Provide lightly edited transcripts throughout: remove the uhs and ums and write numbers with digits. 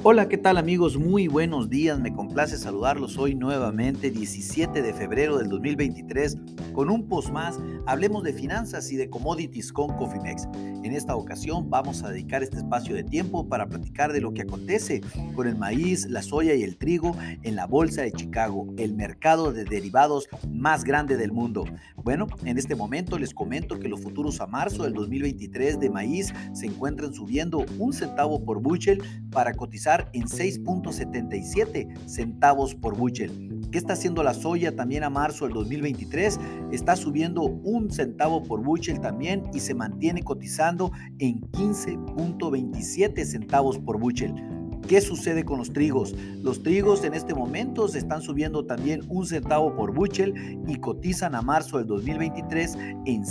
Hola, ¿qué tal amigos? Muy buenos días, me complace saludarlos hoy nuevamente, 17 de febrero del 2023, con un post más. Hablemos de finanzas y de commodities con Cofimex. En esta ocasión vamos a dedicar este espacio de tiempo para platicar de lo que acontece con el maíz, la soya y el trigo en la Bolsa de Chicago, el mercado de derivados más grande del mundo. Bueno, en este momento les comento que los futuros a marzo del 2023 de maíz se encuentran subiendo un centavo por bushel para cotizar en 6.77 centavos por bushel. ¿Qué está haciendo la soya también a marzo del 2023? Está subiendo un centavo por bushel también y se mantiene cotizando en 15.27 centavos por bushel. ¿Qué sucede con los trigos? Los trigos en este momento se están subiendo también un centavo por bushel y cotizan a marzo del 2023 en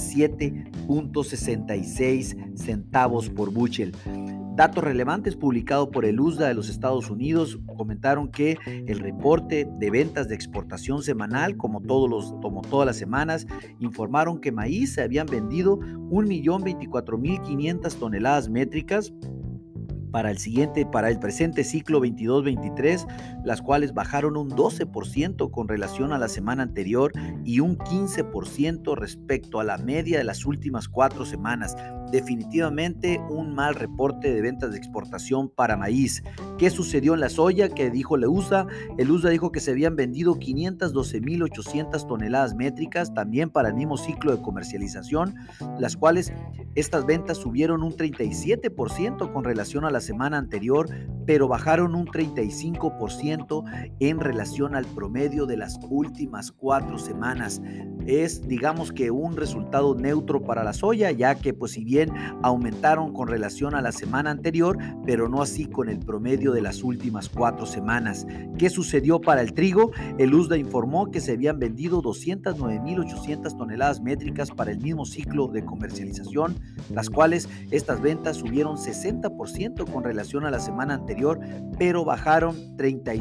7.66 centavos por bushel. Datos relevantes publicados por el USDA de los Estados Unidos comentaron que el reporte de ventas de exportación semanal, como todas las semanas, informaron que maíz se habían vendido 1.024.500 toneladas métricas para el presente ciclo 22-23, las cuales bajaron un 12% con relación a la semana anterior y un 15% respecto a la media de las últimas 4 semanas. Definitivamente un mal reporte de ventas de exportación para maíz. ¿Qué sucedió en la soya? ¿Qué dijo el USDA? El USDA dijo que se habían vendido 512.800 toneladas métricas, también para el mismo ciclo de comercialización, las cuales estas ventas subieron un 37% con relación a la semana anterior, pero bajaron un 35% en relación al promedio de las últimas 4 semanas. Es, digamos que un resultado neutro para la soya, ya que pues si bien aumentaron con relación a la semana anterior, pero no así con el promedio de las últimas 4 semanas. ¿Qué sucedió para el trigo? El USDA informó que se habían vendido 209.800 toneladas métricas para el mismo ciclo de comercialización, las cuales estas ventas subieron 60% con relación a la semana anterior, pero bajaron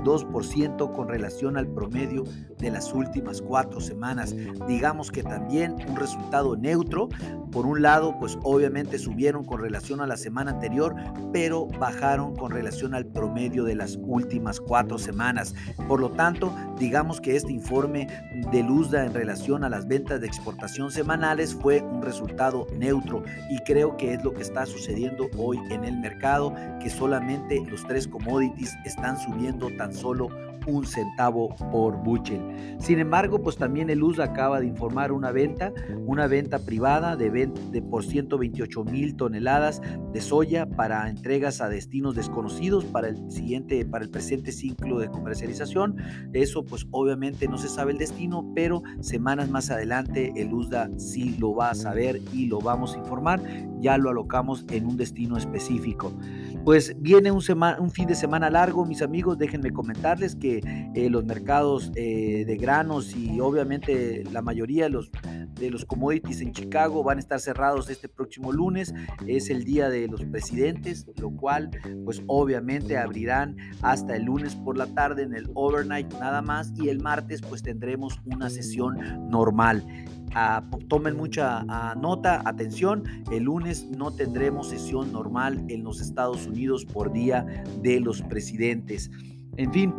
32% con relación al promedio de las últimas 4 semanas. Digamos que también un resultado neutro. Por un lado, pues obviamente subieron con relación a la semana anterior, pero bajaron con relación al promedio de las últimas 4 semanas. Por lo tanto, digamos que este informe del USDA en relación a las ventas de exportación semanales fue un resultado neutro, y creo que es lo que está sucediendo hoy en el mercado, que solamente los 3 commodities están subiendo tan solo un centavo por bushel. Sin embargo, pues también el USDA acaba de informar una venta privada por 128,000 toneladas de soya para entregas a destinos desconocidos para el presente ciclo de comercialización. Eso pues obviamente no se sabe el destino, pero semanas más adelante el USDA sí lo va a saber y lo vamos a informar. Ya lo alocamos en un destino específico. Pues viene un fin de semana largo, mis amigos. Déjenme comentarles que los mercados de granos y obviamente la mayoría de los commodities en Chicago van a estar cerrados este próximo lunes. Es el día de los presidentes, lo cual pues obviamente abrirán hasta el lunes por la tarde en el overnight nada más, y el martes pues tendremos una sesión normal. Tomen mucha nota, atención, el lunes no tendremos sesión normal en los Estados Unidos por día de los presidentes. En fin,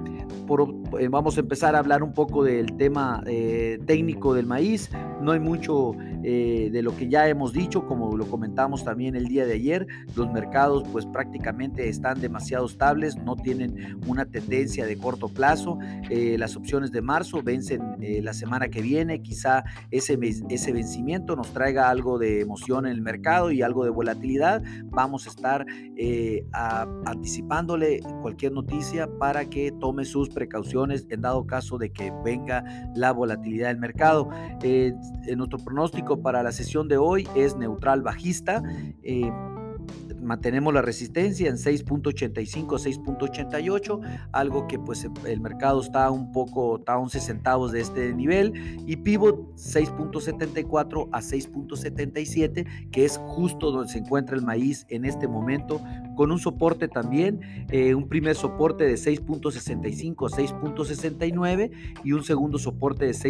vamos a empezar a hablar un poco del tema técnico del maíz. No hay mucho de lo que ya hemos dicho, como lo comentamos también el día de ayer. Los mercados pues prácticamente están demasiado estables, no tienen una tendencia de corto plazo. Las opciones de marzo vencen la semana que viene. Quizá ese vencimiento nos traiga algo de emoción en el mercado y algo de volatilidad. Vamos a estar anticipándole cualquier noticia para que tome sus precauciones en dado caso de que venga la volatilidad del mercado. Nuestro pronóstico para la sesión de hoy es neutral bajista. Mantenemos la resistencia en 6.85, 6.88, algo que pues el mercado está a 11 centavos de este nivel, y pivot 6.74 a 6.77, que es justo donde se encuentra el maíz en este momento, con un soporte también, un primer soporte de 6.65 a 6.69 y un segundo soporte de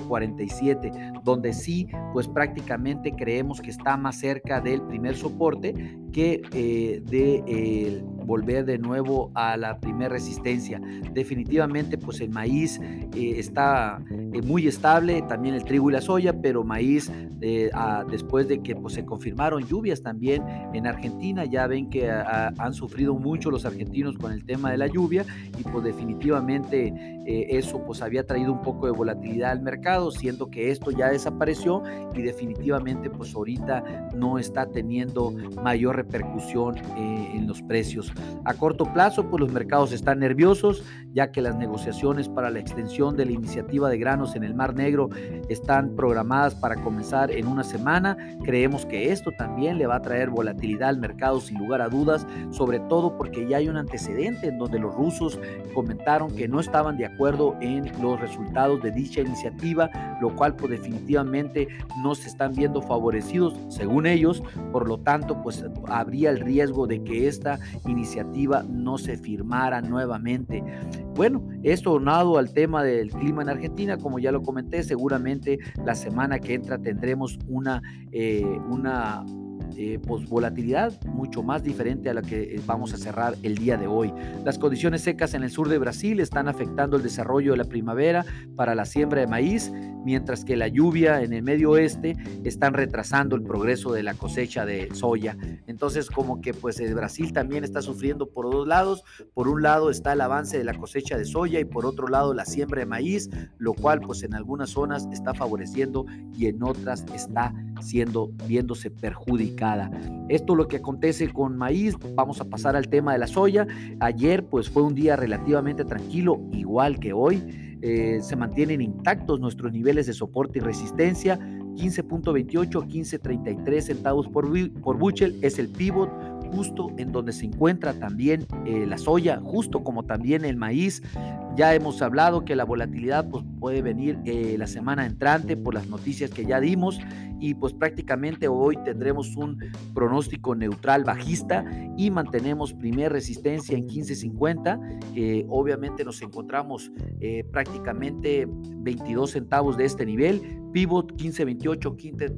6.47, donde sí pues prácticamente creemos que está más cerca del primer soporte que volver de nuevo a la primera resistencia. Definitivamente pues el maíz está muy estable, también el trigo y la soya, pero maíz después de que pues se confirmaron lluvias también en Argentina, ya ven que han sufrido mucho los argentinos con el tema de la lluvia, y pues definitivamente eso pues había traído un poco de volatilidad al mercado, siendo que esto ya desapareció y definitivamente pues ahorita no está teniendo mayor repercusión en los precios. A corto plazo pues los mercados están nerviosos, ya que las negociaciones para la extensión de la iniciativa de granos en el Mar Negro están programadas para comenzar en una semana. Creemos que esto también le va a traer volatilidad al mercado sin lugar a dudas, sobre todo porque ya hay un antecedente en donde los rusos comentaron que no estaban de acuerdo en los resultados de dicha iniciativa, lo cual pues definitivamente no se están viendo favorecidos según ellos. Por lo tanto pues habría el riesgo de que esta iniciativa no se firmara nuevamente. Bueno, esto aunado al tema del clima en Argentina, como ya lo comenté, seguramente la semana que entra tendremos una pues volatilidad mucho más diferente a la que vamos a cerrar el día de hoy. Las condiciones secas en el sur de Brasil están afectando el desarrollo de la primavera para la siembra de maíz, mientras que la lluvia en el medio oeste están retrasando el progreso de la cosecha de soya. Entonces como que pues Brasil también está sufriendo por dos lados. Por un lado está el avance de la cosecha de soya y por otro lado la siembra de maíz, lo cual pues en algunas zonas está favoreciendo y en otras está viéndose perjudicada. Esto es lo que acontece con maíz. Vamos a pasar al tema de la soya. Ayer pues fue un día relativamente tranquilo, igual que hoy. Se mantienen intactos nuestros niveles de soporte y resistencia. 15.28, 15.33 centavos por bushel es el pivot, justo en donde se encuentra también la soya, justo como también el maíz. Ya hemos hablado que la volatilidad pues, puede venir la semana entrante por las noticias que ya dimos, y pues prácticamente hoy tendremos un pronóstico neutral bajista y mantenemos primer resistencia en 15.50. Obviamente nos encontramos prácticamente 22 centavos de este nivel. Pivot 15.28,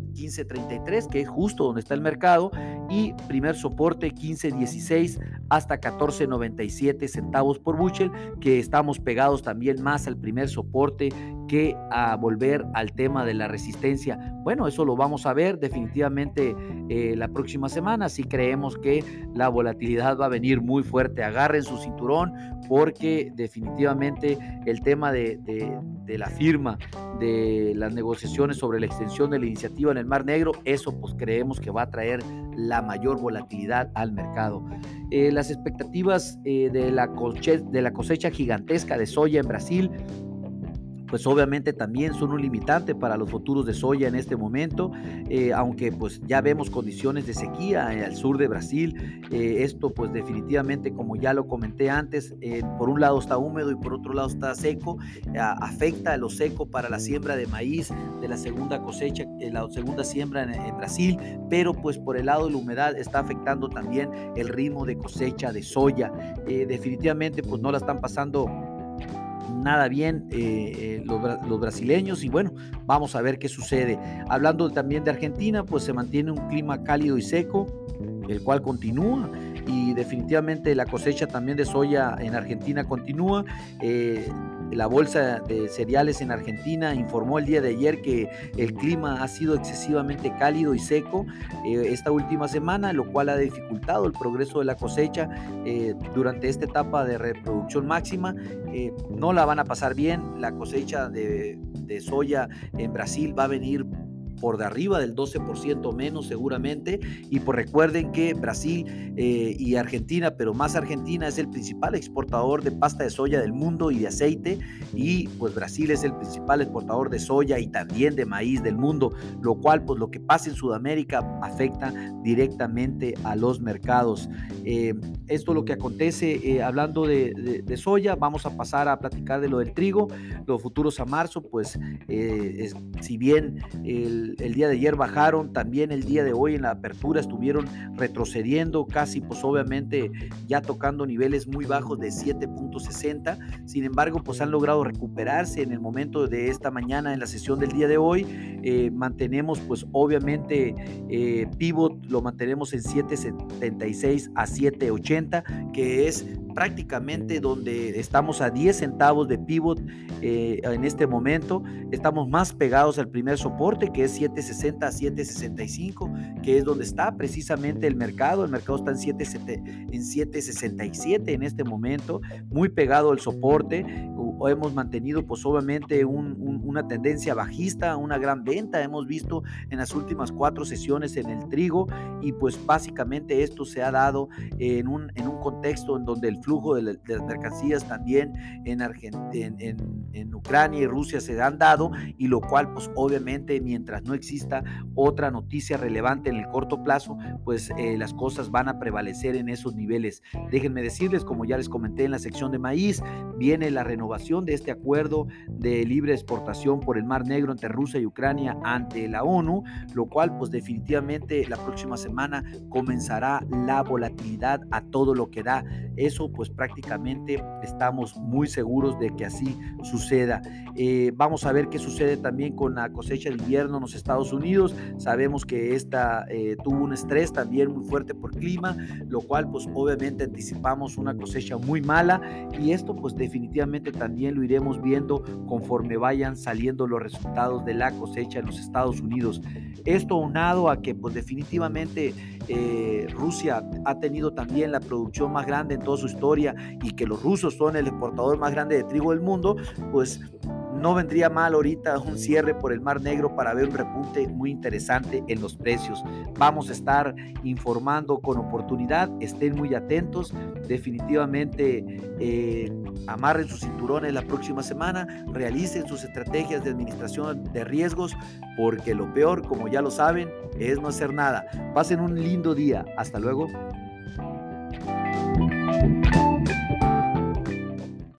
15.33, que es justo donde está el mercado, y primer soporte 15.16 hasta 14.97 centavos por bushel, que estamos pegados también más al primer soporte que a volver al tema de la resistencia. Bueno, eso lo vamos a ver definitivamente la próxima semana. Si creemos que la volatilidad va a venir muy fuerte, agarren su cinturón, porque definitivamente el tema de la firma de las negociaciones sobre la extensión de la iniciativa en el Mar Negro, eso pues creemos que va a traer la mayor volatilidad al mercado. Las expectativas de la cosecha gigantesca de soya en Brasil pues obviamente también son un limitante para los futuros de soya en este momento, aunque pues ya vemos condiciones de sequía al sur de Brasil. Esto pues definitivamente, como ya lo comenté antes, por un lado está húmedo y por otro lado está seco, afecta a lo seco para la siembra de maíz de la segunda cosecha, la segunda siembra en Brasil, pero pues por el lado de la humedad está afectando también el ritmo de cosecha de soya. Definitivamente pues no la están pasando nada bien los brasileños, y bueno, vamos a ver qué sucede. Hablando también de Argentina, pues se mantiene un clima cálido y seco, el cual continúa, y definitivamente la cosecha también de soya en Argentina continúa. La bolsa de cereales en Argentina informó el día de ayer que el clima ha sido excesivamente cálido y seco esta última semana, lo cual ha dificultado el progreso de la cosecha durante esta etapa de reproducción máxima. No la van a pasar bien. La cosecha de soya en Brasil va a venir por de arriba del 12% menos seguramente, y pues recuerden que Brasil y Argentina, pero más Argentina, es el principal exportador de pasta de soya del mundo y de aceite, y pues Brasil es el principal exportador de soya y también de maíz del mundo, lo cual pues lo que pasa en Sudamérica afecta directamente a los mercados. Esto es lo que acontece hablando de soya. Vamos a pasar a platicar de lo del trigo. Los futuros a marzo, pues si bien el día de ayer bajaron, también el día de hoy en la apertura estuvieron retrocediendo, casi pues obviamente ya tocando niveles muy bajos de 7.60. Sin embargo, pues han logrado recuperarse en el momento de esta mañana en la sesión del día de hoy. Mantenemos pues obviamente pivot, lo mantenemos en 7.76 a 7.80, que es prácticamente donde estamos a 10 centavos de pivot en este momento. Estamos más pegados al primer soporte, que es 7.60 a 7.65, que es donde está precisamente el mercado. El mercado está en 7.67 en este momento, muy pegado al soporte. Hemos mantenido pues obviamente una tendencia bajista, una gran venta hemos visto en las últimas 4 sesiones en el trigo, y pues básicamente esto se ha dado en un contexto en donde el flujo de las mercancías también en Ucrania y Rusia se han dado, y lo cual pues obviamente mientras no exista otra noticia relevante en el corto plazo, pues las cosas van a prevalecer en esos niveles. Déjenme decirles, como ya les comenté en la sección de maíz, viene la renovación de este acuerdo de libre exportación por el Mar Negro entre Rusia y Ucrania ante la ONU, lo cual pues definitivamente la próxima semana comenzará la volatilidad a todo lo que da. Eso pues prácticamente estamos muy seguros de que así suceda. Vamos a ver qué sucede también con la cosecha de invierno en los Estados Unidos. Sabemos que esta tuvo un estrés también muy fuerte por clima, lo cual pues obviamente anticipamos una cosecha muy mala, y esto pues definitivamente también lo iremos viendo conforme vayan saliendo los resultados de la cosecha en los Estados Unidos. Esto aunado a que pues definitivamente Rusia ha tenido también la producción más grande en toda su historia, y que los rusos son el exportador más grande de trigo del mundo, pues no vendría mal ahorita un cierre por el Mar Negro para ver un repunte muy interesante en los precios. Vamos a estar informando con oportunidad, estén muy atentos, definitivamente amarren sus cinturones la próxima semana, realicen sus estrategias de administración de riesgos, porque lo peor, como ya lo saben, es no hacer nada. Pasen un lindo día, hasta luego.